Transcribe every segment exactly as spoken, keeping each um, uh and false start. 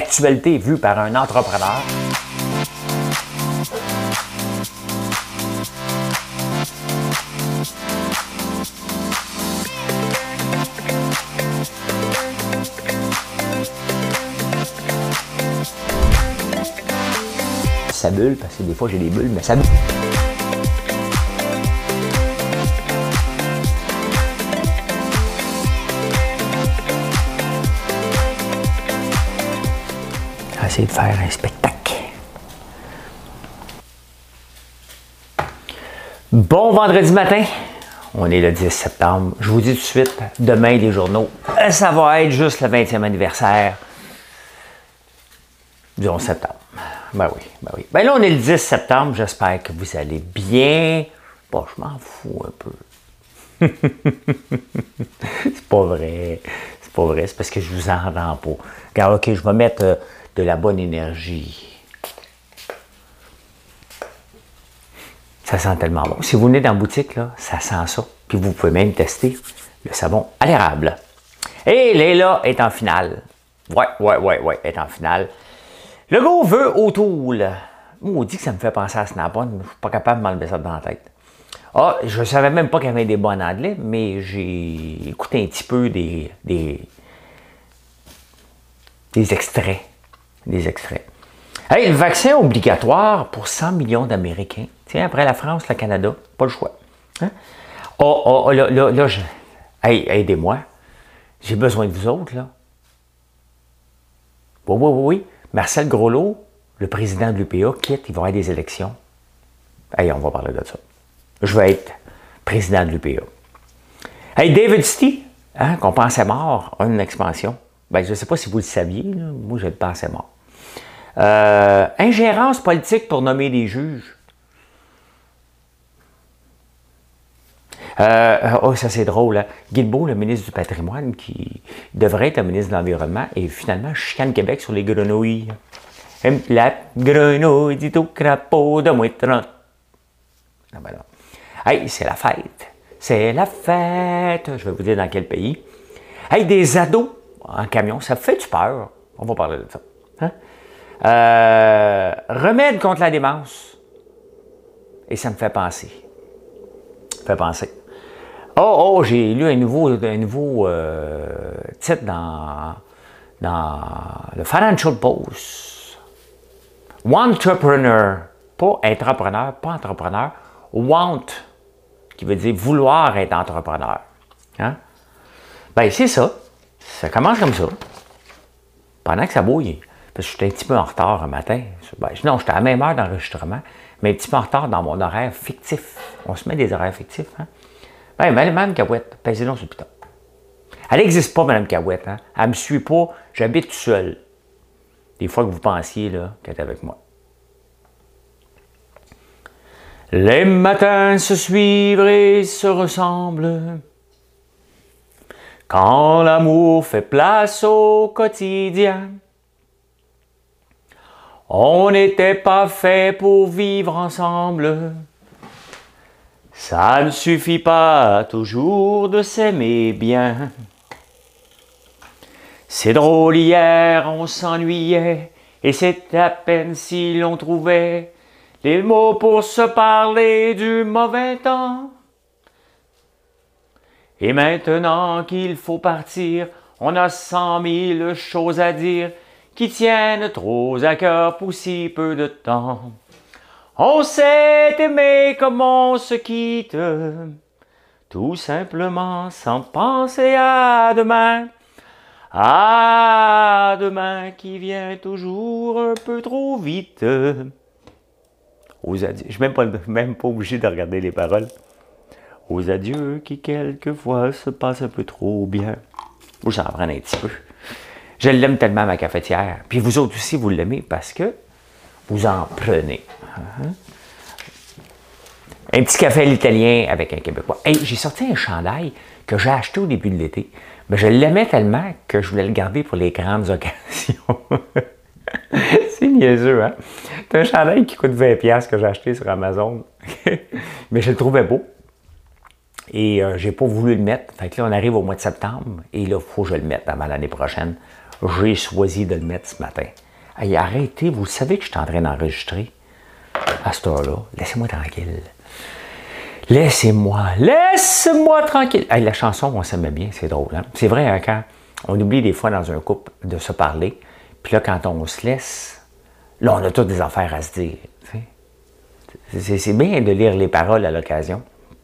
l'actualité vue par un entrepreneur. Ça bulle, parce que des fois j'ai des bulles, mais ça bulle. On va essayer de faire un spectacle. Bon vendredi matin, on est le dix septembre. Je vous dis tout de suite, demain les journaux, ça va être juste le vingtième anniversaire du onze septembre. Ben oui, ben oui. Ben là, on est le dix septembre. J'espère que vous allez bien. Bon, je m'en fous un peu. C'est pas vrai. C'est pas vrai. C'est parce que je vous en rends pas. Regarde, OK, je vais mettre euh, de la bonne énergie. Ça sent tellement bon. Si vous venez dans la boutique, là, ça sent ça. Puis vous pouvez même tester le savon à l'érable. Et Léla est en finale. Ouais, ouais, ouais, ouais, est en finale. Legault veut O'Toole. On dit que ça me fait penser à Snap-on. Je ne suis pas capable de m'enlever ça dans la tête. Ah, je ne savais même pas qu'il y avait des bons anglais, mais j'ai écouté un petit peu des, des, des extraits. Des extraits. Hey, le vaccin obligatoire pour cent millions d'Américains. Tiens, après la France, le Canada, pas le choix. Hein? Oh, oh, là, là, là, je... Hey, aidez-moi. J'ai besoin de vous autres, là. Oui, oui, oui, oui. Marcel Groslot, le président de l'U P A, quitte, il va y avoir des élections. Hey, on va parler de ça. Je vais être président de l'U P A. Hey, David City, hein, qu'on pensait mort, a une expansion. Ben, je ne sais pas si vous le saviez, là. Moi, je le pensais mort. Euh, ingérence politique pour nommer des juges. Euh, oh, ça c'est drôle, hein? Guilbeault, le ministre du Patrimoine, qui devrait être le ministre de l'Environnement, et finalement chicane Québec sur les grenouilles. La grenouille dit au crapaud de moins trente. Ah ben là. Hey, c'est la fête. C'est la fête. Je vais vous dire dans quel pays. Hey, des ados en camion, ça fait du peur. On va parler de ça. Hein? Euh, remède contre la démence. Et ça me fait penser. Ça me fait penser. Oh, oh, j'ai lu un nouveau, un nouveau euh, titre dans, dans le Financial Post. Wantrepreneur. Pas entrepreneur, pas entrepreneur. Want, qui veut dire vouloir être entrepreneur. Hein? Ben, c'est ça. Ça commence comme ça. Pendant que ça bouille. Parce que j'étais un petit peu en retard un matin. Ben, non, j'étais à la même heure d'enregistrement, mais un petit peu en retard dans mon horaire fictif. On se met des horaires fictifs, hein? Ben, Mme Cahouette, pèsez donc sur le piton. Elle n'existe pas, Mme Cahouette, hein? Elle ne me suit pas, j'habite tout seul. Des fois que vous pensiez, là, qu'elle est avec moi. Les matins se suivent et se ressemblent. Quand l'amour fait place au quotidien. On n'était pas fait pour vivre ensemble. Ça ne suffit pas toujours de s'aimer bien. C'est drôle, hier on s'ennuyait, et c'est à peine si l'on trouvait les mots pour se parler du mauvais temps. Et maintenant qu'il faut partir, on a cent mille choses à dire qui tiennent trop à cœur pour si peu de temps. On s'est aimé comme on se quitte, tout simplement sans penser à demain. À demain qui vient toujours un peu trop vite. Aux adieux. Je ne suis même pas, même pas obligé de regarder les paroles. Aux adieux qui quelquefois se passent un peu trop bien. Moi, j'en prends un petit peu. Je l'aime tellement, ma cafetière. Puis vous autres aussi, vous l'aimez parce que vous en prenez. Uh-huh. Un petit café à l'italien avec un Québécois. Hey, j'ai sorti un chandail que j'ai acheté au début de l'été. Mais je l'aimais tellement que je voulais le garder pour les grandes occasions. C'est niaiseux, hein? C'est un chandail qui coûte vingt dollars que j'ai acheté sur Amazon. Mais je le trouvais beau. Et euh, j'ai pas voulu le mettre. Fait que là, on arrive au mois de septembre. Et là, il faut que je le mette avant l'année prochaine. j'ai choisi de le mettre ce matin. Hey, arrêtez, vous savez que je suis en train d'enregistrer à cette heure-là. Laissez-moi tranquille. Laissez-moi, laisse-moi tranquille. Hey, la chanson, on s'aimait bien, c'est drôle. Hein? C'est vrai, hein, quand on oublie des fois dans un couple de se parler, puis là, quand on se laisse, là, on a toutes des affaires à se dire. C'est bien de lire les paroles à l'occasion.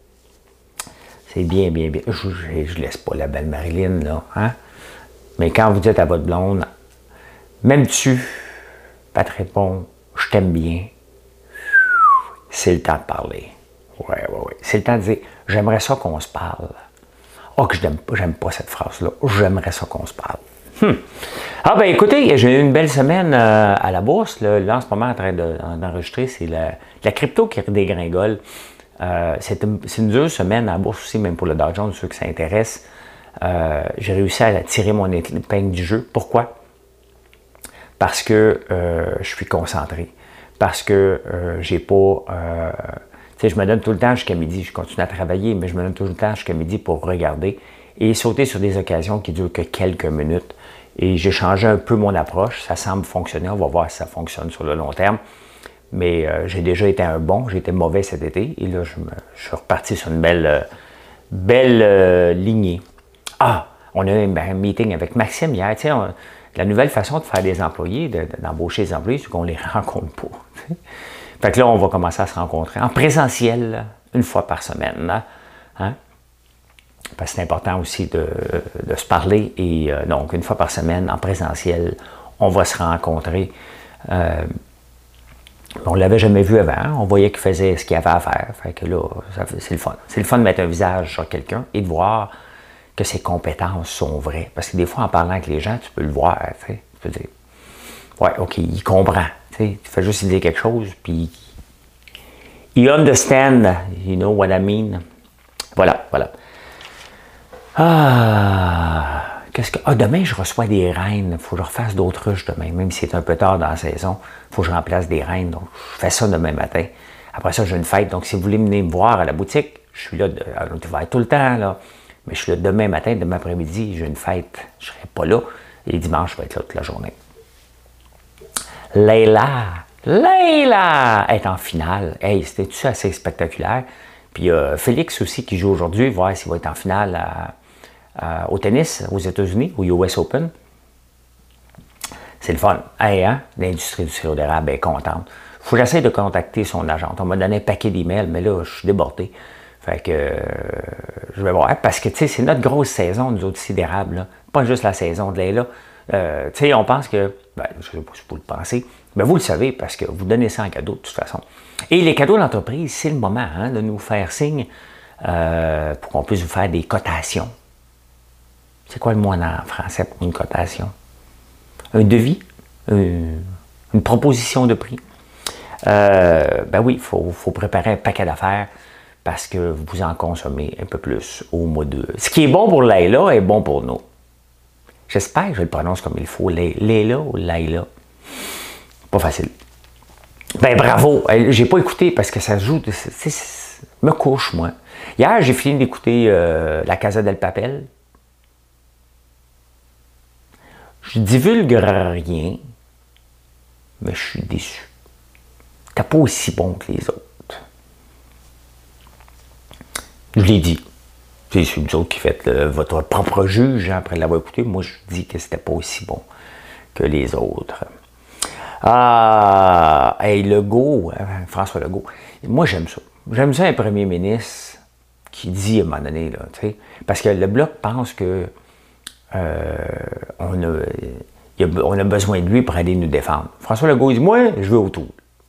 C'est bien, bien, bien. Je ne laisse pas la belle Marilyn, là. Hein? Mais quand vous dites à votre blonde, m'aimes-tu? Pas de réponse, je t'aime bien. C'est le temps de parler. Oui, oui, oui. C'est le temps de dire, j'aimerais ça qu'on se parle. Oh, que je n'aime pas cette phrase-là. J'aimerais ça qu'on se parle. Hmm. Ah, ben écoutez, j'ai eu une belle semaine euh, à la bourse. Là, là, en ce moment, en train d'enregistrer, de, c'est la, la crypto qui dégringole. Euh, c'est une, une dure semaine à la bourse aussi, même pour le Dow Jones, ceux qui s'intéressent. Euh, j'ai réussi à tirer mon épingle du jeu. Pourquoi? Parce que euh, je suis concentré. Parce que euh, j'ai pas... Euh, tu sais, je me donne tout le temps jusqu'à midi. Je continue à travailler, mais je me donne tout le temps jusqu'à midi pour regarder et sauter sur des occasions qui durent que quelques minutes. Et j'ai changé un peu mon approche. Ça semble fonctionner. On va voir si ça fonctionne sur le long terme. Mais euh, j'ai déjà été un bon. J'ai été mauvais cet été. Et là, je, me, je suis reparti sur une belle, euh, belle euh, lignée. Ah! On a eu un meeting avec Maxime hier. Tu sais, on, la nouvelle façon de faire des employés, d'embaucher de, des employés, c'est qu'on ne les rencontre pas. T'sais. Fait que là, on va commencer à se rencontrer en présentiel, une fois par semaine. Hein? Hein? Parce que c'est important aussi de, de se parler. Et euh, donc, une fois par semaine, en présentiel, on va se rencontrer. Euh, on ne l'avait jamais vu avant. On voyait qu'il faisait ce qu'il avait à faire. Fait que là, c'est le fun. C'est le fun de mettre un visage sur quelqu'un et de voir que ses compétences sont vraies. Parce que des fois, en parlant avec les gens, tu peux le voir. Tu peux dire, ouais, OK, il comprend. Tu fais juste lui dire quelque chose, puis il understand, you know what I mean. Voilà, voilà. Ah, qu'est-ce que... Ah, demain, je reçois des reines. Il faut que je refasse d'autres ruches demain. Même si c'est un peu tard dans la saison, il faut que je remplace des reines. Donc, je fais ça demain matin. Après ça, j'ai une fête. Donc, si vous voulez venir me voir à la boutique, je suis là, de... alors, tu vas être tout le temps, là. Mais je suis là demain matin, demain après-midi, j'ai une fête. Je ne serai pas là. Et dimanche, je vais être là toute la journée. Leila, Leila est en finale. Hey, c'était-tu assez spectaculaire? Puis euh, Félix aussi qui joue aujourd'hui, voir s'il va être en finale à, à, au tennis aux États-Unis, au U S Open. C'est le fun. Hey, hein? L'industrie du sirop d'érable est contente. Il faut que j'essaie de contacter son agente. On m'a donné un paquet d'emails, mais là, je suis débordé. Fait que euh, je vais voir. Parce que, tu sais, c'est notre grosse saison, nous autres ici, d'érable. Pas juste la saison de Leila. Euh, tu sais, on pense que, ben, je ne sais pas si vous le pensez, mais vous le savez parce que vous donnez ça en cadeau de toute façon. Et les cadeaux d'entreprise, c'est le moment hein, de nous faire signe euh, pour qu'on puisse vous faire des cotations. C'est quoi le mot en français pour une cotation? Un devis? Une, une proposition de prix? Euh, ben oui, il faut, faut préparer un paquet d'affaires parce que vous en consommez un peu plus au mois de... Ce qui est bon pour Leila est bon pour nous. J'espère que je le prononce comme il faut. Leila ou Leila? Pas facile. Ben bravo! J'ai pas écouté parce que ça se joue... Je me couche, moi. Hier, j'ai fini d'écouter euh, La Casa del Papel. Je divulgue rien, mais je suis déçu. T'es pas aussi bon que les autres. Je l'ai dit. C'est vous autres qui faites le, votre propre juge hein, après l'avoir écouté. Moi, je dis que c'était pas aussi bon que les autres. Ah, hey, Legault, François Legault. Moi, j'aime ça. J'aime ça un premier ministre qui dit à un moment donné, là, tu sais, parce que le Bloc pense que euh, on, a, il a, on a besoin de lui pour aller nous défendre. François Legault dit, moi, je veux autour.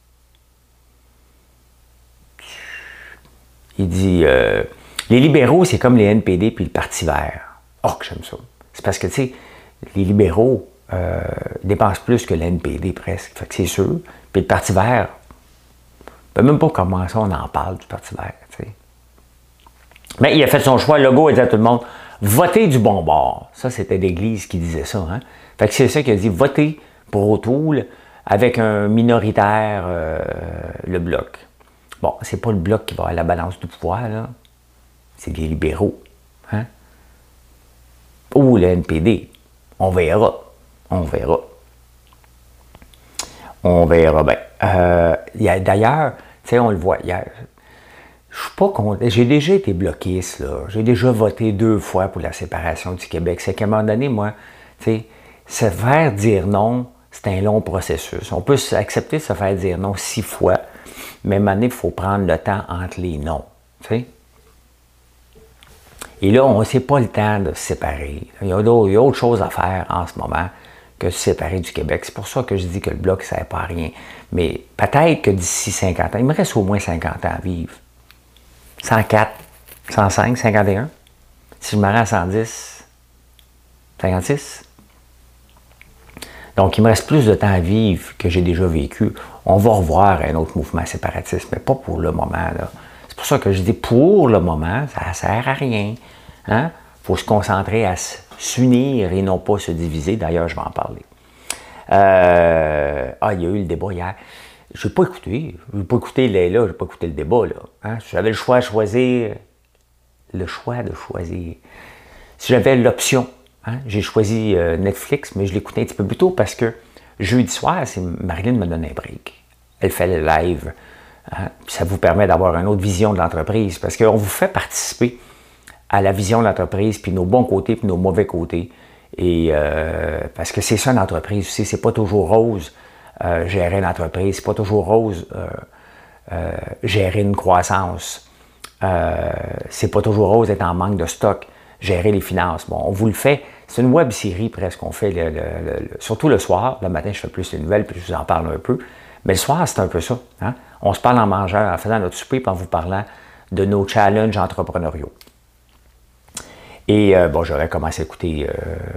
Il dit, euh, les libéraux, c'est comme les N P D puis le Parti vert. Oh, que j'aime ça. C'est parce que, tu sais, les libéraux euh, dépensent plus que le N P D presque. Fait que c'est sûr. Puis le Parti vert, on ne peut même pas comment ça on en parle du Parti vert, tu sais. Mais il a fait son choix. Legault a dit à tout le monde, votez du bon bord. Ça, c'était l'Église qui disait ça. Hein? Fait que c'est ça qu'il a dit, votez pour O'Toole avec un minoritaire, euh, le Bloc. Bon, c'est pas le Bloc qui va à la balance du pouvoir, là. C'est les libéraux. Hein? Ou le N P D. On verra. On verra. On verra bien. Euh, D'ailleurs, tu sais, on le voit hier. Je suis pas contre. J'ai déjà été bloquiste, là. J'ai déjà voté deux fois pour la séparation du Québec. C'est qu'à un moment donné, moi, tu sais, se faire dire non, c'est un long processus. On peut accepter de se faire dire non six fois, mais à un moment donné, il faut prendre le temps entre les non. Tu sais? Et là, on n'a pas le temps de se séparer. Il y a autre chose à faire en ce moment que se séparer du Québec. C'est pour ça que je dis que le Bloc, ça ne sert pas à rien. Mais peut-être que d'ici cinquante ans, il me reste au moins cinquante ans à vivre. cent quatre, cent cinq, cinquante et un. Si je me rends à cent dix, cinquante-six. Donc, il me reste plus de temps à vivre que j'ai déjà vécu. On va revoir un autre mouvement séparatiste, mais pas pour le moment, là. C'est pour ça que je dis pour le moment, ça ne sert à rien. Il hein? faut se concentrer à s'unir et non pas se diviser. D'ailleurs, je vais en parler. Euh, ah, il y a eu le débat hier. Je n'ai pas écouté. Je n'ai pas écouté Leila, je n'ai pas écouté le débat. Là. Hein? Si j'avais le choix de choisir, le choix de choisir. Si j'avais l'option, hein? j'ai choisi euh, Netflix, mais je l'écoutais un petit peu plus tôt parce que jeudi soir, c'est Marilyn me donne un break. Elle fait le live. Hein? Ça vous permet d'avoir une autre vision de l'entreprise parce qu'on vous fait participer à la vision de l'entreprise, puis nos bons côtés, puis nos mauvais côtés. Et euh, parce que c'est ça l'entreprise, tu sais, c'est pas toujours rose euh, gérer une entreprise, c'est pas toujours rose euh, euh, gérer une croissance, euh, c'est pas toujours rose être en manque de stock, gérer les finances. Bon, on vous le fait, c'est une web série presque qu'on fait, le, le, le, surtout le soir. Le matin, je fais plus les nouvelles, puis je vous en parle un peu. Mais le soir, c'est un peu ça. Hein? On se parle en mangeant, en faisant notre souper, puis en vous parlant de nos challenges entrepreneuriaux. Et euh, bon, j'aurais commencé à écouter euh,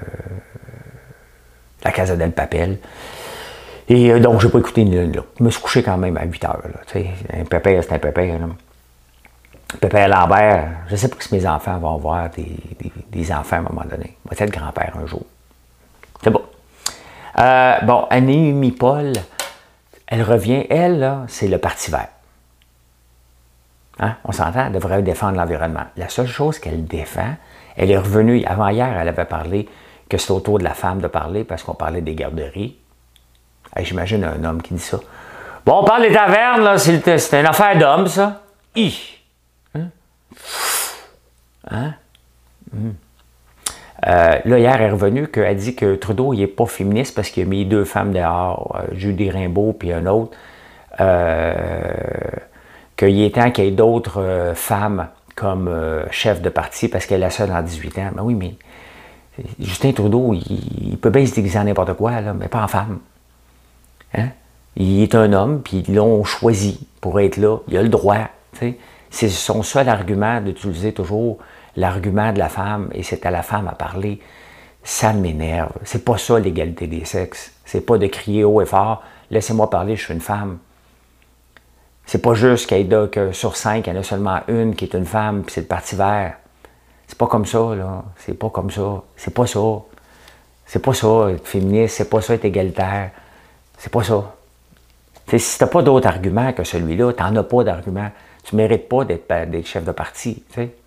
La Casa del Papel. Et euh, donc, je n'ai pas écouté une là. Je me suis couché quand même à huit heures. Là, un pépère, c'est un pépère. Là. Pépère Lambert, je ne sais pas si mes enfants vont avoir des, des, des enfants à un moment donné. Moi, être grand-père un jour. C'est bon. Euh, bon, Annie Paul, elle revient. Elle, là, c'est le Parti vert. Hein? On s'entend, elle devrait défendre l'environnement. La seule chose qu'elle défend, elle est revenue, avant-hier, elle avait parlé que c'est au tour de la femme de parler parce qu'on parlait des garderies. Hey, j'imagine un homme qui dit ça. Bon, on parle des tavernes, là, c'est une affaire d'homme, ça. Hi! Hein? Hein? Hum. Euh, là, hier, elle est revenue qu'elle dit que Trudeau, il n'est pas féministe parce qu'il a mis deux femmes dehors, euh, Judy Rimbaud puis un autre. Euh, qu'il est temps qu'il y ait d'autres euh, femmes comme euh, chef de parti parce qu'elle est la seule en dix-huit ans. Ben oui, mais Justin Trudeau, il, il peut bien se déguiser en n'importe quoi, là, mais pas en femme. Hein? Il est un homme, puis ils l'ont choisi pour être là. Il a le droit. C'est son seul argument d'utiliser toujours l'argument de la femme, et c'est à la femme à parler. Ça m'énerve. C'est pas ça l'égalité des sexes. C'est pas de crier haut et fort, laissez-moi parler, je suis une femme. C'est pas juste qu'il y ait que sur cinq, il y en a seulement une qui est une femme, puis c'est le Parti vert. C'est pas comme ça, là. C'est pas comme ça. C'est pas ça. C'est pas ça, être féministe. C'est pas ça, être égalitaire. C'est pas ça. T'sais, si t'as pas d'autres arguments que celui-là, t'en as pas d'arguments. Tu mérites pas d'être chef de parti, tu sais.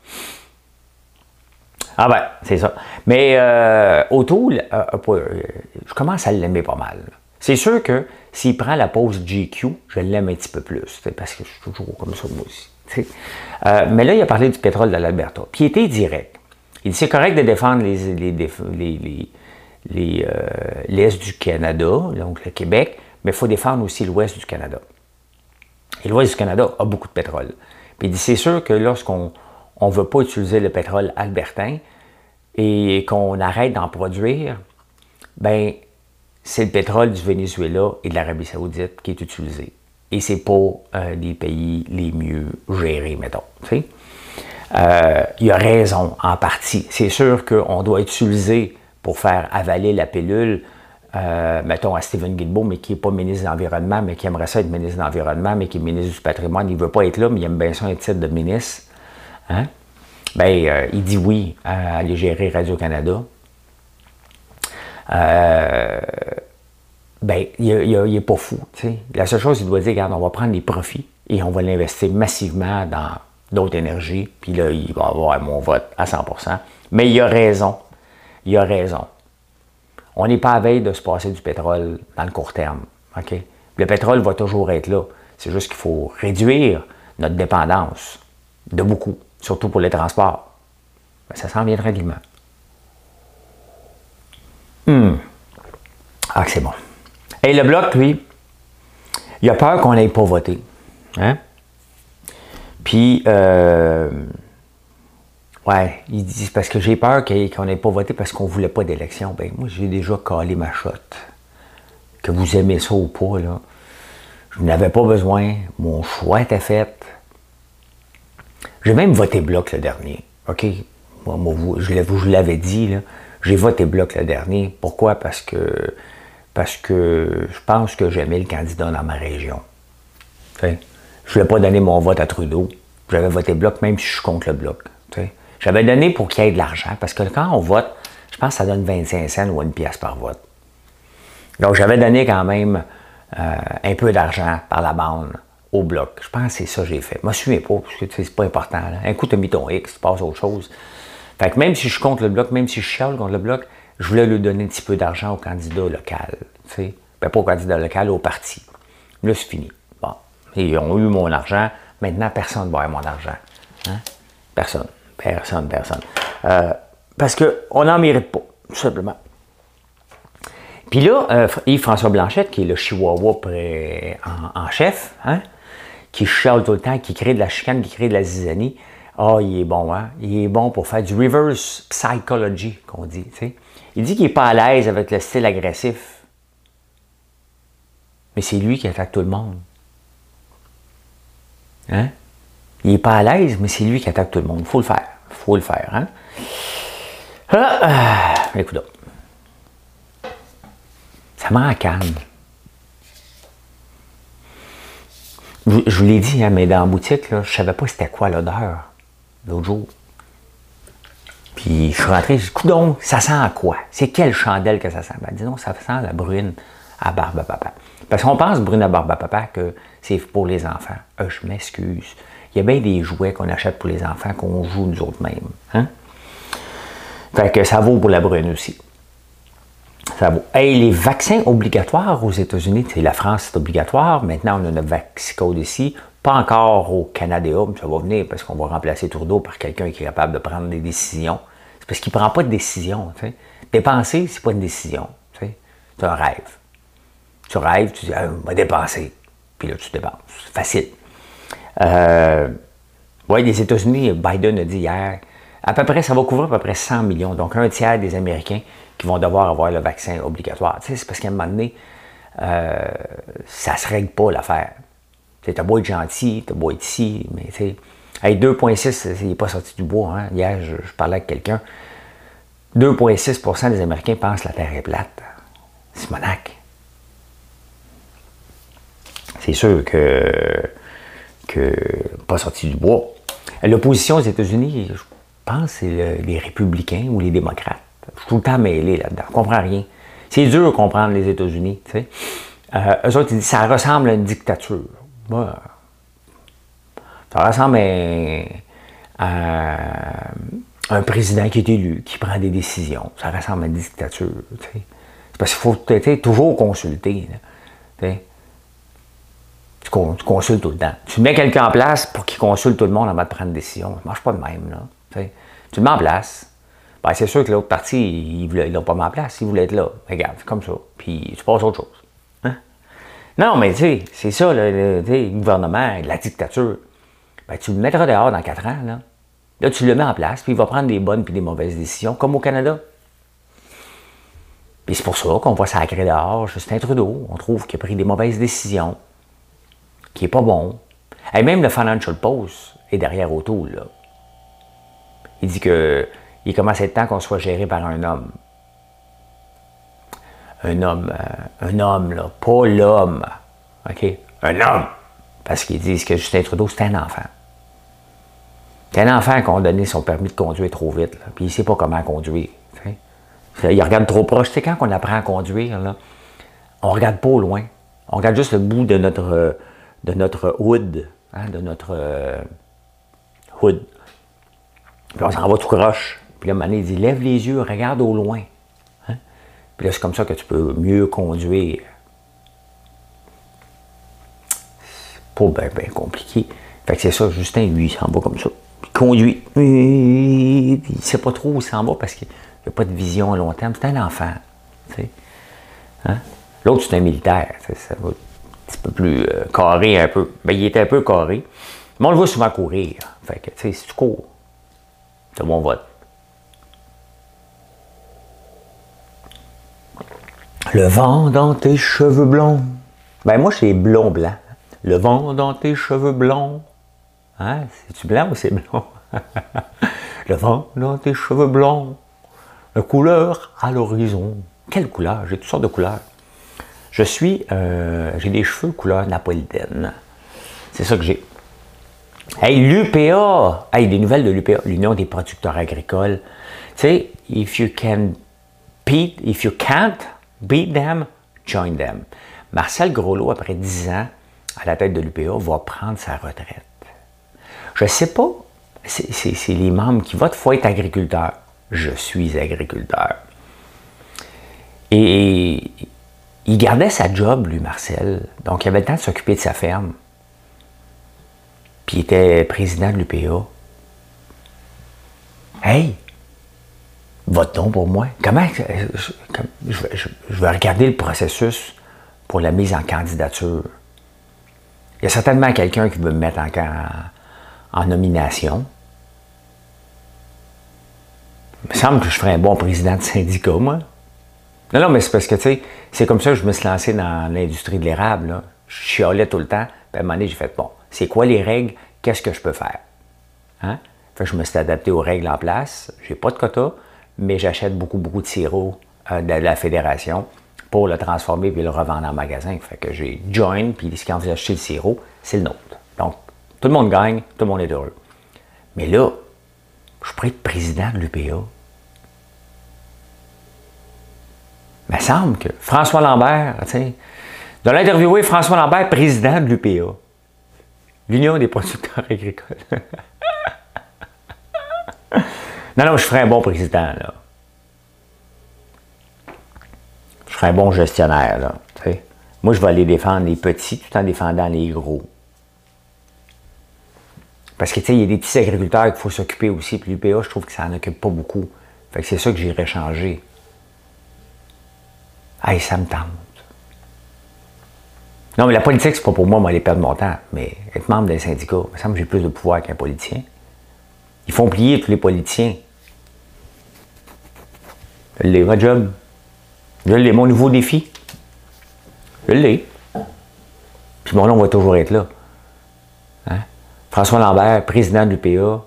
Ah ben, c'est ça. Mais euh, O'Toole, euh, euh, je commence à l'aimer pas mal. C'est sûr que s'il prend la pause G Q, je l'aime un petit peu plus, parce que je suis toujours comme ça moi aussi. Euh, mais là, il a parlé du pétrole de l'Alberta. Puis il était direct. Il dit c'est correct de défendre les, les, les, les, les, euh, l'Est du Canada, donc le Québec, mais il faut défendre aussi l'Ouest du Canada. Et l'Ouest du Canada a beaucoup de pétrole. Puis il dit c'est sûr que lorsqu'on on ne veut pas utiliser le pétrole albertain et qu'on arrête d'en produire, ben c'est le pétrole du Venezuela et de l'Arabie Saoudite qui est utilisé. Et c'est pas euh, les pays les mieux gérés, mettons. Euh, il a raison, en partie. C'est sûr qu'on doit utiliser pour faire avaler la pilule, euh, mettons, à Stephen Guilbeault, mais qui n'est pas ministre de l'Environnement, mais qui aimerait ça être ministre de l'Environnement, mais qui est ministre du Patrimoine. Il ne veut pas être là, mais il aime bien ça un titre de ministre. Hein? Ben, euh, il dit oui à aller gérer Radio-Canada. Euh, ben, il n'est pas fou. T'sais. La seule chose, il doit dire, regarde, on va prendre les profits et on va l'investir massivement dans d'autres énergies, puis là, il va avoir mon vote à cent pour cent. Mais il a raison. Il a raison. On n'est pas à veille de se passer du pétrole dans le court terme. Okay? Le pétrole va toujours être là. C'est juste qu'il faut réduire notre dépendance de beaucoup, surtout pour les transports. Ben, ça s'en vient tranquillement. Hum. Ah, c'est bon. Et le Bloc, lui, il a peur qu'on n'aille pas voter. Hein? Puis, euh, ouais, il dit, parce que j'ai peur qu'on n'ait pas voté parce qu'on ne voulait pas d'élection. Ben, moi, j'ai déjà calé ma shot. Que vous aimez ça ou pas, là. Je n'avais pas besoin. Mon choix était fait. J'ai même voté Bloc le dernier. OK? Moi, moi je, je l'avais dit, là. J'ai voté Bloc le dernier. Pourquoi? Parce que, parce que je pense que j'aimais le candidat dans ma région. T'sais? Je ne voulais pas donner mon vote à Trudeau. J'avais voté Bloc, même si je suis contre le Bloc. T'sais? J'avais donné pour qu'il y ait de l'argent, parce que quand on vote, je pense que ça donne vingt-cinq cents ou une pièce par vote. Donc, j'avais donné quand même euh, un peu d'argent par la bande au Bloc. Je pense que c'est ça que j'ai fait. Je ne me souviens pas, parce que c'est pas important. Là. Un coup, tu as mis ton X, tu passes à autre chose. Fait que même si je suis contre le Bloc, même si je chiale contre le Bloc, je voulais lui donner un petit peu d'argent au candidat local. T'sais? Ben, pas au candidat local, au parti. Là, c'est fini. Bon. Ils ont eu mon argent. Maintenant, personne ne va avoir mon argent. Hein? Personne. Personne, personne. Euh, parce qu'on n'en mérite pas, tout simplement. Puis là, euh, Yves-François Blanchette, qui est le chihuahua pré, en, en chef, hein, qui chiale tout le temps, qui crée de la chicane, qui crée de la zizanie, ah, oh, il est bon, hein? Il est bon pour faire du reverse psychology, qu'on dit, tu sais. Il dit qu'il n'est pas à l'aise avec le style agressif. Mais c'est lui qui attaque tout le monde. Hein? Il n'est pas à l'aise, mais c'est lui qui attaque tout le monde. Il faut le faire. Il faut le faire, hein? Ah, ah, écoute. Ça m'en calme. Je, je vous l'ai dit, hein, mais dans la boutique, là, je ne savais pas c'était quoi l'odeur l'autre jour. Puis je suis rentré, je dis, coudonc, ça sent à quoi? C'est quelle chandelle que ça sent? Ben, dis donc, ça sent la brune à barbe à papa. Parce qu'on pense brune à barbe à papa que c'est pour les enfants. Euh, je m'excuse. Il y a bien des jouets qu'on achète pour les enfants qu'on joue nous autres mêmes. Hein? Fait que ça vaut pour la brune aussi. Ça vaut. Hey, les vaccins obligatoires aux États-Unis, la France, c'est obligatoire. Maintenant, on a notre vaccicode ici. Pas encore au Canada, mais ça va venir parce qu'on va remplacer Trudeau par quelqu'un qui est capable de prendre des décisions. C'est parce qu'il ne prend pas de décision. T'sais. Dépenser, c'est pas une décision. C'est un rêve. Tu rêves, tu dis, ah, on va dépenser. Puis là, tu dépenses. C'est facile. Euh, oui, les États-Unis, Biden a dit hier, à peu près, ça va couvrir à peu près cent millions. Donc, un tiers des Américains qui vont devoir avoir le vaccin obligatoire. Tu sais, c'est parce qu'à un moment donné, euh, ça ne se règle pas l'affaire. Tu as beau être gentil, tu as beau être ici, mais tu sais, hey, deux virgule six, il n'est pas sorti du bois. Hein? Hier, je, je parlais avec quelqu'un. deux virgule six pour cent des Américains pensent que la Terre est plate. C'est monac. C'est sûr que, que pas sorti du bois. L'opposition aux États-Unis, je pense, c'est le, les républicains ou les démocrates. Je suis tout le temps mêlé là-dedans. Je ne comprends rien. C'est dur de comprendre les États-Unis. Tu sais. Euh, eux autres, ils disent ça ressemble à une dictature. Ouais. Ça ressemble à, à un président qui est élu, qui prend des décisions. Ça ressemble à une dictature. Tu sais. C'est parce qu'il faut tu sais, toujours consulter. Là. Tu sais. Tu, tu consultes tout le temps. Tu mets quelqu'un en place pour qu'il consulte tout le monde avant de prendre une décision. Ça ne marche pas de même. Là. Tu sais. Tu le mets en place. Ben, c'est sûr que l'autre partie, ils ne l'ont pas mis en place. Ils voulaient être là. Regarde, c'est comme ça. Puis tu passes à autre chose. Hein? Non, mais tu sais, c'est ça, le, le, le gouvernement, la dictature. Ben, tu le mettras dehors dans quatre ans. Là. Là, tu le mets en place, puis il va prendre des bonnes et des mauvaises décisions, comme au Canada. Puis c'est pour ça qu'on va sacrer dehors Justin Trudeau. On trouve qu'il a pris des mauvaises décisions, qui n'est pas bon. Et même le Financial Post est derrière O'Toole, là. Il dit que il commence à être temps qu'on soit géré par un homme. Un homme, euh, un homme, là, pas l'homme. OK? Un homme! Parce qu'ils disent que Justin Trudeau, c'est un enfant. C'est un enfant qui a donné son permis de conduire trop vite, là, puis il ne sait pas comment conduire. T'sais. Il regarde trop proche. Tu sais, quand on apprend à conduire, là, on ne regarde pas au loin. On regarde juste le bout de notre, de notre hood, hein, de notre euh, hood. Puis on s'en va tout croche. Puis là, à un moment donné, il dit, lève les yeux, regarde au loin. Hein? Puis là, c'est comme ça que tu peux mieux conduire. C'est pas bien, bien compliqué. Fait que c'est ça, Justin, lui, il s'en va comme ça. Il conduit. Il ne sait pas trop où il s'en va parce qu'il n'a pas de vision à long terme. C'est un enfant. Hein? L'autre, c'est un militaire. Ça va un petit peu plus euh, carré un peu. Ben, il était un peu carré. Mais on le voit souvent courir. Fait que, tu sais, si tu cours, c'est mon vote. Le vent dans tes cheveux blonds. Ben, moi, c'est blond blanc. Le vent dans tes cheveux blonds. Hein? C'est-tu blanc ou c'est blond? Le vent dans tes cheveux blonds. La couleur à l'horizon. Quelle couleur? J'ai toutes sortes de couleurs. Je suis, euh, j'ai des cheveux couleur napolitaine. C'est ça que j'ai. Hey, l'U P A! Hey, des nouvelles de l'U P A, l'Union des producteurs agricoles. Tu sais, if you can beat, if you can't beat them, join them. Marcel Groslot, après dix ans à la tête de l'U P A, va prendre sa retraite. Je ne sais pas, c'est les membres qui votent, il faut être agriculteur. Je suis agriculteur. Et il gardait sa job, lui, Marcel. Donc, il avait le temps de s'occuper de sa ferme. Puis, il était président de l'U P A. Hey! Vote donc pour moi. Comment. Je, je, je, je vais regarder le processus pour la mise en candidature. Il y a certainement quelqu'un qui veut me mettre en, en, en nomination. Il me semble que je ferais un bon président de syndicat, moi. Non, non, mais c'est parce que, tu sais, c'est comme ça que je me suis lancé dans l'industrie de l'érable. Je chialais tout le temps. Puis à un moment donné, j'ai fait, bon, c'est quoi les règles? Qu'est-ce que je peux faire? Hein? Fait que je me suis adapté aux règles en place. J'ai pas de quota, mais j'achète beaucoup, beaucoup de sirop euh, de la fédération pour le transformer et le revendre en magasin. Fait que j'ai join, puis quand vous achetez le sirop, c'est le nôtre. Donc, tout le monde gagne, tout le monde est heureux. Mais là, je pourrais être président de l'U P A. Il me semble que François Lambert, tu sais, de l'interviewer François Lambert, président de l'U P A, l'Union des producteurs agricoles. Non, non, je ferais un bon président, là. Je ferais un bon gestionnaire, là. Tu sais. Moi, je vais aller défendre les petits tout en défendant les gros. Parce que, tu sais, il y a des petits agriculteurs qu'il faut s'occuper aussi. Puis l'U P A, je trouve que ça n'en occupe pas beaucoup. Fait que c'est ça que j'irais changer. Hey, ça me tente. Non, mais la politique, c'est pas pour moi, moi, aller perdre mon temps. Mais être membre d'un syndicat, il me semble que j'ai plus de pouvoir qu'un politicien. Ils font plier tous les politiciens. Je l'ai, ma job. Je l'ai, mon nouveau défi. Je l'ai. Puis mon nom va toujours être là. Hein? François Lambert, président de l'U P A.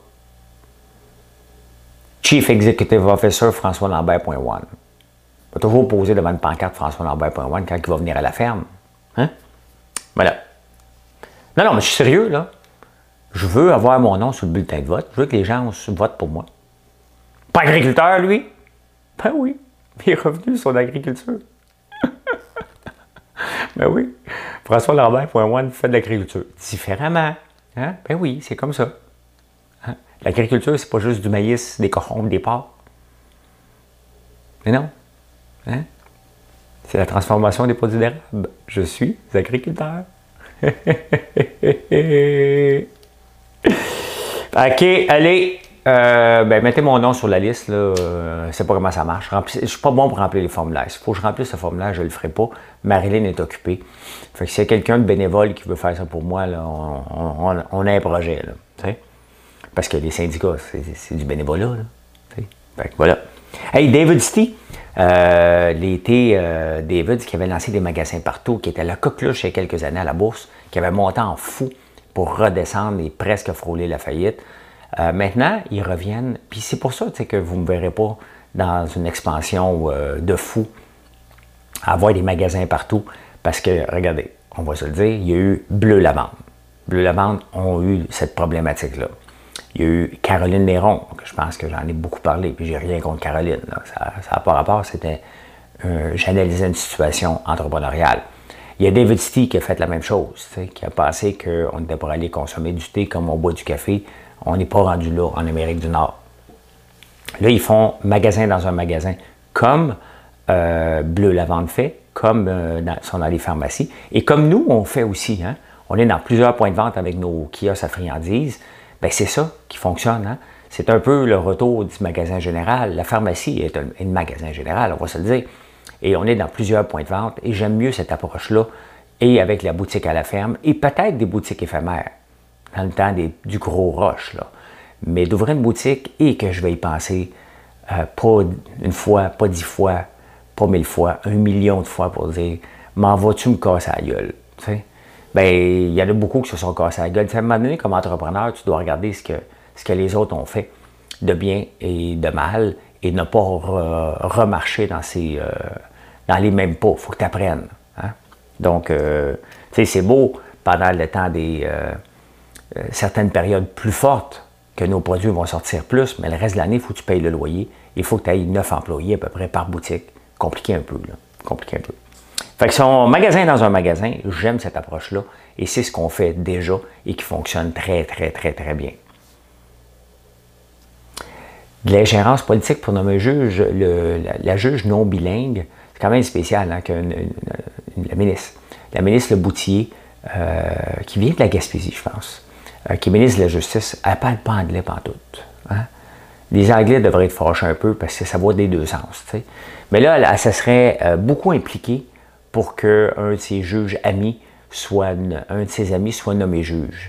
Chief Executive Officer, François Lambert.one. Il va toujours poser devant une pancarte François Lambert.one quand il va venir à la ferme. Hein? Voilà. Non, non, mais je suis sérieux, là. Je veux avoir mon nom sur le bulletin de vote. Je veux que les gens votent pour moi. Pas agriculteur, lui? Ben oui. Il est revenu sur l'agriculture. Ben oui. François Lambert.one fait de l'agriculture. Différemment. Hein? Ben oui, c'est comme ça. Hein? L'agriculture, c'est pas juste du maïs, des cochombes, des porcs. Mais non. Hein? C'est la transformation des produits d'érable. Je suis agriculteur. OK, allez. Euh, ben, mettez mon nom sur la liste. Là. Euh, je ne sais pas comment ça marche. Remplis, je ne suis pas bon pour remplir les formulaires. S'il faut que je remplisse ce formulaire, je ne le ferai pas. Marilyn est occupée. Fait que s'il y a quelqu'un de bénévole qui veut faire ça pour moi, là, on, on, on a un projet. Là, t'sais? Parce que les syndicats, c'est du bénévolat. Là, fait que voilà. Hey, David City. Euh, L'été, euh, David qui avait lancé des magasins partout, qui était à la coqueluche il y a quelques années à la bourse, qui avait monté en fou pour redescendre et presque frôler la faillite. Euh, maintenant, ils reviennent, puis c'est pour ça que vous ne me verrez pas dans une expansion euh, de fou, à avoir des magasins partout, parce que, regardez, on va se le dire, il y a eu Bleu Lavande. Bleu Lavande ont eu cette problématique-là. Il y a eu Caroline Néron, que je pense que j'en ai beaucoup parlé, puis j'ai rien contre Caroline. Là. Ça n'a pas rapport, c'était... Euh, j'analysais une situation entrepreneuriale. Il y a David City qui a fait la même chose, qui a pensé qu'on était pour aller consommer du thé comme on boit du café. On n'est pas rendu là en Amérique du Nord. Là, ils font magasin dans un magasin, comme euh, Bleu Lavande fait, comme euh, dans, sont dans les pharmacies, et comme nous, on fait aussi. Hein? On est dans plusieurs points de vente avec nos kiosques à friandises. Bien, c'est ça qui fonctionne. Hein? C'est un peu le retour du magasin général. La pharmacie est un, un magasin général, on va se le dire. Et on est dans plusieurs points de vente, et j'aime mieux cette approche-là, et avec la boutique à la ferme, et peut-être des boutiques éphémères, dans le temps des, du gros rush, là. Mais d'ouvrir une boutique et que je vais y penser, euh, pas une fois, pas dix fois, pas mille fois, un million de fois pour dire « m'en vas-tu me casser la gueule? » Bien, il y en a beaucoup qui se sont cassés la gueule. T'sais, à un moment donné, comme entrepreneur, tu dois regarder ce que, ce que les autres ont fait de bien et de mal, et ne pas re, remarcher dans, ces, euh, dans les mêmes pas. Il faut que tu apprennes. Hein? Donc, euh, tu sais, c'est beau pendant le temps des euh, euh, certaines périodes plus fortes que nos produits vont sortir plus, mais le reste de l'année, il faut que tu payes le loyer. Il faut que tu aies neuf employés à peu près par boutique. Compliqué un peu, là. Compliqué un peu. Fait que son magasin dans un magasin, j'aime cette approche-là, et c'est ce qu'on fait déjà et qui fonctionne très, très, très, très bien. De l'ingérence politique pour nommer juge, le, la, la juge non bilingue, c'est quand même spécial, hein, que une, une, la ministre, la ministre Le Boutier, euh, qui vient de la Gaspésie, je pense, euh, qui est ministre de la Justice, elle ne parle pas anglais pantoute. Hein? Les Anglais devraient être fâchés un peu parce que ça va des deux sens. T'sais. Mais là, elle, elle se serait euh, beaucoup impliquée pour qu'un de ses juges amis soit, un de ses amis soit nommé juge.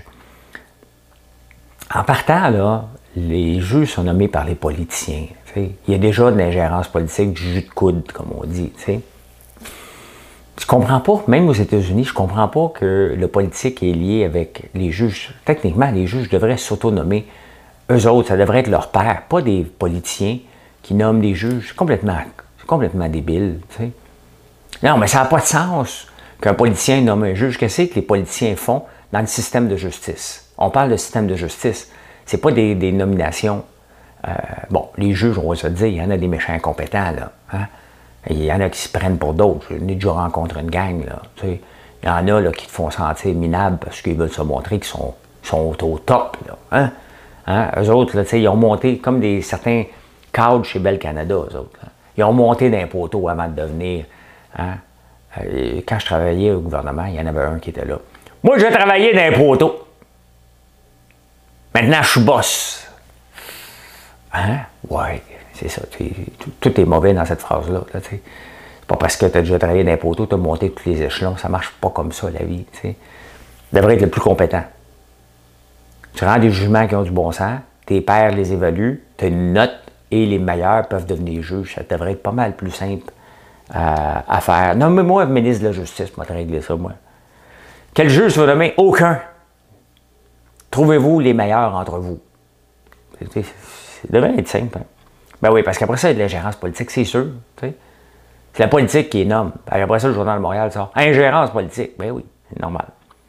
En partant, là, les juges sont nommés par les politiciens. T'sais. Il y a déjà de l'ingérence politique, du jus de coude, comme on dit. T'sais. Je comprends pas, même aux États-Unis, je comprends pas que le politique est lié avec les juges. Techniquement, les juges devraient s'auto-nommer. Eux autres, ça devrait être leur père, pas des politiciens qui nomment des juges. C'est complètement, complètement débile. T'sais. Non, mais ça n'a pas de sens qu'un politicien nomme un juge. Qu'est-ce que les politiciens font dans le système de justice? On parle de système de justice. Ce n'est pas des, des nominations. Euh, bon, les juges, on va se dire, il y en a des méchants incompétents, là. Hein? Il y en a qui se prennent pour d'autres. J'ai déjà rencontré une gang, là. Tu sais. Il y en a là, qui te font sentir minables parce qu'ils veulent se montrer qu'ils sont, sont au top, là. Hein? Hein? Eux autres, là, tu sais, ils ont monté comme des certains cadres chez Bell Canada, eux autres. Là. Ils ont monté d'un poteau avant de devenir. Hein? Quand je travaillais au gouvernement, il y en avait un qui était là. Moi, je travaillais dans un poteau. Maintenant, je suis boss. Hein? Ouais, c'est ça. Tout, tout est mauvais dans cette phrase-là. Là, c'est pas parce que tu as déjà travaillé dans un poteau, tu as monté tous les échelons. Ça marche pas comme ça, la vie. Tu devrais être le plus compétent. Tu rends des jugements qui ont du bon sens, tes pairs les évaluent, tu as une note et les meilleurs peuvent devenir juges. Ça devrait être pas mal plus simple à, à faire. Non, mais moi, ministre de la Justice, moi, te régler ça, moi. Quel juge tu vas nommer? Aucun. Trouvez-vous les meilleurs entre vous. Ça devrait être simple. Hein? Ben oui, parce qu'après ça, il y a de l'ingérence politique, c'est sûr. C'est la politique qui est nomme. Après ça, le Journal de Montréal sort ingérence politique. Ben oui, c'est normal.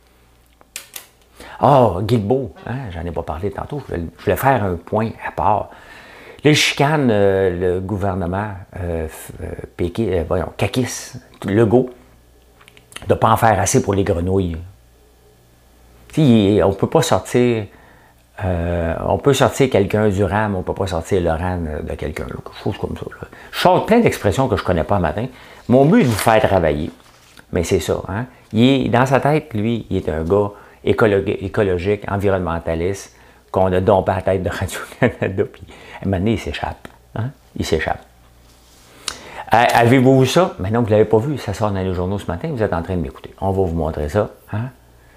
Ah, oh, Guilbeault, hein, j'en ai pas parlé tantôt, je voulais, je voulais faire un point à part. Les chicanes, euh, le gouvernement, euh, euh, Pékin, euh, voyons, Kakis, Legault, de ne pas en faire assez pour les grenouilles. T'sais, on ne peut pas sortir, euh, on peut sortir quelqu'un du RAM, on ne peut pas sortir le RAM de quelqu'un, quelque chose comme ça. Là. Je sors plein d'expressions que je ne connais pas un matin. Mon but est de vous faire travailler, mais c'est ça. Hein? Il est, dans sa tête, lui, il est un gars écologique, écologique environnementaliste, qu'on a dompé à la tête de Radio-Canada, puis à un moment donné, il s'échappe. Hein? Il s'échappe. Euh, Avez-vous vu ça? Maintenant, vous ne l'avez pas vu, ça sort dans les journaux ce matin, vous êtes en train de m'écouter. On va vous montrer ça. Hein?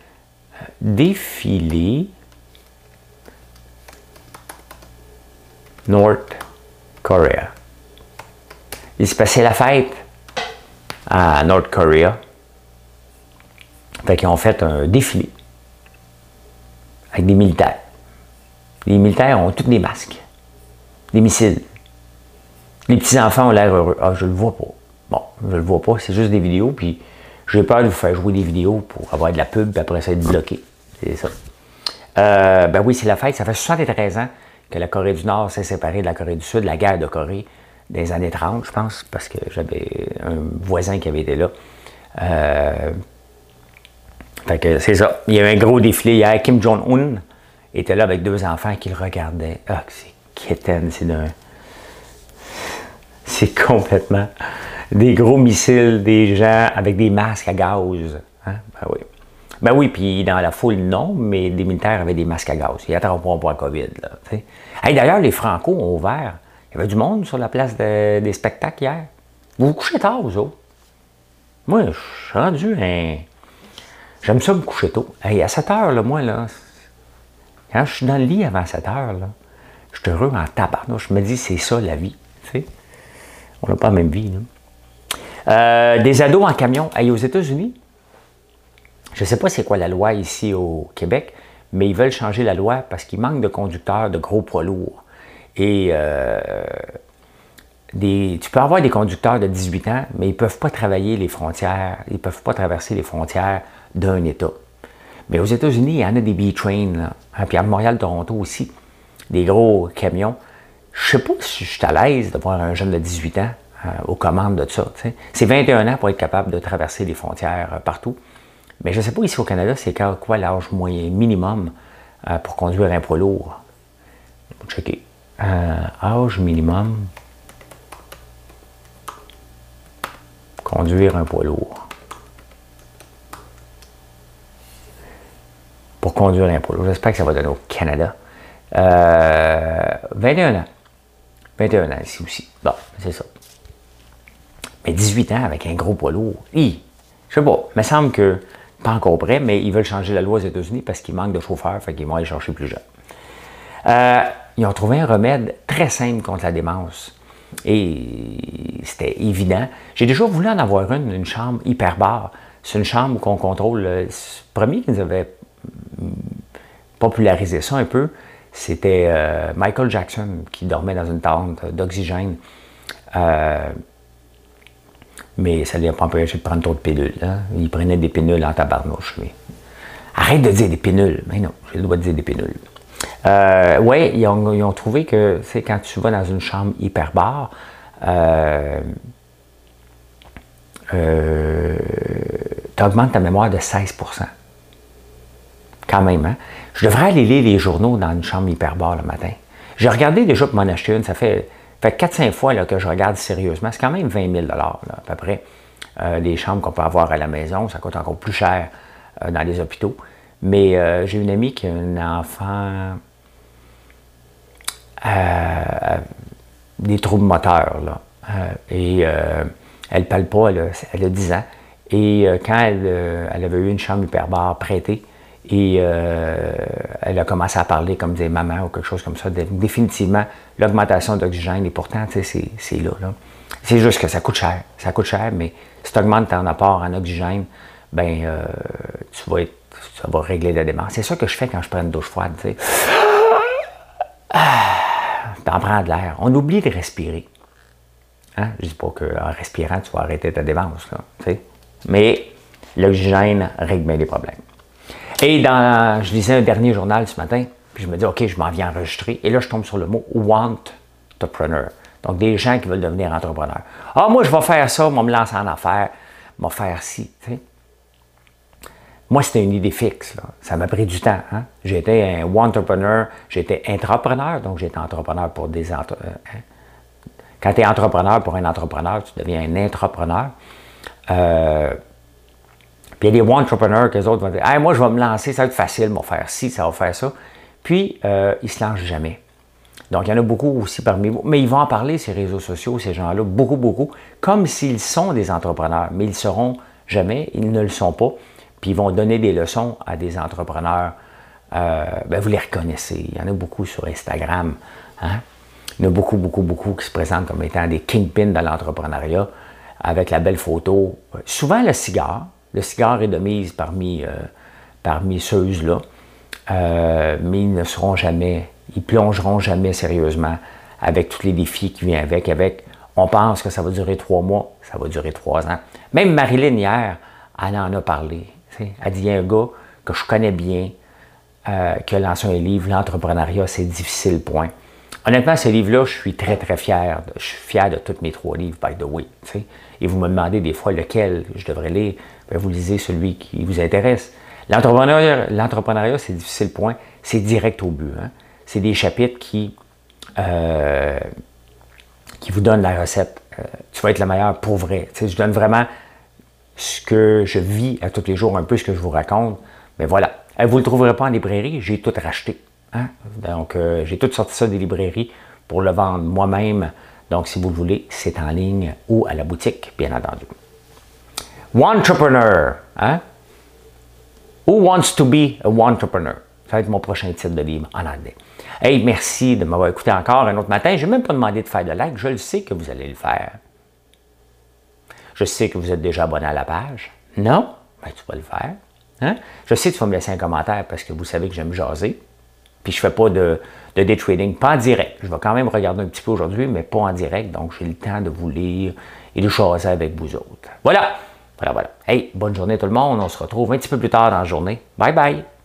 Défilé North Korea. Il s'est passé la fête à North Korea. Fait qu'ils ont fait un défilé avec des militaires. Les militaires ont tous des masques, des missiles. Les petits-enfants ont l'air heureux. Ah, je le vois pas. Bon, je le vois pas, c'est juste des vidéos, puis j'ai peur de vous faire jouer des vidéos pour avoir de la pub, puis après ça être bloqué. C'est ça. Euh, ben oui, c'est la fête. Ça fait soixante-treize ans que la Corée du Nord s'est séparée de la Corée du Sud, la guerre de Corée des années trente, je pense, parce que j'avais un voisin qui avait été là. Euh, fait que c'est ça. Il y a eu un gros défilé hier. Kim Jong-un était là avec deux enfants qui le regardaient. Ah, c'est quétaine, c'est d'un... C'est complètement... des gros missiles, des gens avec des masques à gaz. Hein? Ben oui. Ben oui, puis dans la foule, non, mais des militaires avaient des masques à gaz. Ils n'attraperont pas la COVID. Là, hey, d'ailleurs, les Franco ont ouvert. Il y avait du monde sur la place de, des spectacles hier. Vous vous couchez tard, vous autres? Moi, je suis rendu un... J'aime ça me coucher tôt. Hey, à sept heures, là, moi, là, quand je suis dans le lit avant sept heures, là, je suis heureux en tabarnouche. Je me dis, c'est ça la vie. Tu sais? On n'a pas la même vie. Là. Euh, des ados en camion. Hey, aux États-Unis, je ne sais pas c'est quoi la loi ici au Québec, mais ils veulent changer la loi parce qu'il manque de conducteurs de gros poids lourds. Et euh, des, tu peux avoir des conducteurs de dix-huit ans, mais ils ne peuvent pas travailler les frontières, ils ne peuvent pas traverser les frontières d'un État. Mais aux États-Unis, il y en a des B-Train, là. Hein, puis à Montréal, Toronto aussi, des gros camions. Je ne sais pas si je suis à l'aise de voir un jeune de dix-huit ans euh, aux commandes de ça. C'est vingt et un ans pour être capable de traverser les frontières euh, partout. Mais je ne sais pas ici au Canada, c'est quoi l'âge moyen minimum euh, pour conduire un poids lourd. On va checker. Euh, âge minimum. Conduire un poids lourd. Pour conduire un poids lourd. J'espère que ça va donner au Canada. Euh, vingt et un ans. vingt et un ans ici aussi. Bon, c'est ça. Mais dix-huit ans avec un gros poids lourd. Hi, je sais pas. Il me semble que, pas encore prêt, mais ils veulent changer la loi aux États-Unis parce qu'il manque de chauffeurs, fait qu'ils vont aller chercher plus jeunes. Euh, ils ont trouvé un remède très simple contre la démence. Et c'était évident. J'ai déjà voulu en avoir une, une chambre hyperbare. C'est une chambre qu'on contrôle. Le premier qui nous avait popularisé ça un peu, c'était euh, Michael Jackson qui dormait dans une tente d'oxygène. Euh, mais ça ne lui a pas empêché de prendre trop de pilules. Hein? Il prenait des pilules en tabarnouche. Mais... Arrête de dire des pilules. Mais non, j'ai le droit de dire des pilules. Euh, oui, ils ont, ils ont trouvé que quand tu vas dans une chambre hyperbare, euh, euh, tu augmentes ta mémoire de seize pour cent. Quand même, hein? Je devrais aller lire les journaux dans une chambre hyperbare le matin. J'ai regardé déjà pour m'en acheter une, ça fait, fait quatre cinq fois là, que je regarde sérieusement. C'est quand même vingt mille dollars là, à peu près. Euh, les chambres qu'on peut avoir à la maison, ça coûte encore plus cher euh, dans les hôpitaux. Mais euh, j'ai une amie qui a un enfant... Euh, des troubles moteurs. Là. Euh, et euh, elle ne parle pas, elle a, elle a dix ans. Et euh, quand elle, euh, elle avait eu une chambre hyperbare prêtée, et euh, elle a commencé à parler comme des mamans ou quelque chose comme ça, définitivement, l'augmentation d'oxygène, et pourtant, c'est là. là. C'est juste que ça coûte cher. Ça coûte cher, mais si tu augmentes ton apport en oxygène, ben euh, tu vas être, ça va régler la démence. C'est ça que je fais quand je prends une douche froide. Tu sais. T'en prends de l'air. On oublie de respirer. Hein? Je ne dis pas qu'en respirant, tu vas arrêter ta démence. Là, tu sais. Mais l'oxygène règle bien les problèmes. Et dans, je lisais un dernier journal ce matin, puis je me dis, OK, je m'en viens enregistrer. Et là, je tombe sur le mot « want-entrepreneur ». Donc, des gens qui veulent devenir entrepreneurs. Ah, moi, je vais faire ça, je vais me lancer en affaires, je vais faire ci. Tu sais. Moi, c'était une idée fixe. Là. Ça m'a pris du temps. Hein? J'étais un entrepreneur, j'étais intrapreneur, donc j'étais entrepreneur pour des entrepreneurs. Hein? Quand tu es entrepreneur pour un entrepreneur, tu deviens un intrapreneur. Euh, puis il y a des entrepreneurs que les autres vont dire hey, moi, je vais me lancer, ça va être facile, je vais faire ci, ça va faire ça. Puis, euh, ils ne se lancent jamais. Donc, il y en a beaucoup aussi parmi vous. Mais ils vont en parler, ces réseaux sociaux, ces gens-là, beaucoup, beaucoup, comme s'ils sont des entrepreneurs. Mais ils ne seront jamais, ils ne le sont pas. Puis ils vont donner des leçons à des entrepreneurs. Euh, ben vous les reconnaissez. Il y en a beaucoup sur Instagram. Hein? Il y en a beaucoup, beaucoup, beaucoup qui se présentent comme étant des kingpins dans l'entrepreneuriat avec la belle photo. Souvent le cigare. Le cigare est de mise parmi, euh, parmi ceux-là. Euh, mais ils ne seront jamais, ils plongeront jamais sérieusement avec tous les défis qui viennent avec. avec. On pense que ça va durer trois mois, ça va durer trois ans. Même Marilyn hier, elle en a parlé. Elle dit, il y a un gars que je connais bien, euh, qui a lancé un livre, L'entrepreneuriat, c'est difficile, point. Honnêtement, ce livre-là, je suis très, très fier. De, je suis fier de tous mes trois livres, by the way. T'sais. Et vous me demandez des fois lequel je devrais lire. Bien, vous lisez celui qui vous intéresse. L'entrepreneuriat, c'est difficile, point. C'est direct au but. Hein. C'est des chapitres qui, euh, qui vous donnent la recette euh, tu vas être le meilleur pour vrai. Tu sais, je donne vraiment ce que je vis à tous les jours, un peu ce que je vous raconte. Mais voilà. Euh, vous ne le trouverez pas en librairie, j'ai tout racheté. Hein? Donc, euh, j'ai tout sorti ça des librairies pour le vendre moi-même. Donc, si vous le voulez, c'est en ligne ou à la boutique, bien entendu. Entrepreneur, hein? Who wants to be a entrepreneur? Ça va être mon prochain titre de livre en anglais. Hey, merci de m'avoir écouté encore un autre matin. Je n'ai même pas demandé de faire de like. Je le sais que vous allez le faire. Je sais que vous êtes déjà abonné à la page. Non? Ben, tu vas le faire. Hein? Je sais que tu vas me laisser un commentaire parce que vous savez que j'aime jaser. Puis je ne fais pas de, de day trading, pas en direct. Je vais quand même regarder un petit peu aujourd'hui, mais pas en direct. Donc, j'ai le temps de vous lire et de jaser avec vous autres. Voilà! Voilà, voilà. Hey, bonne journée tout le monde. On se retrouve un petit peu plus tard dans la journée. Bye bye!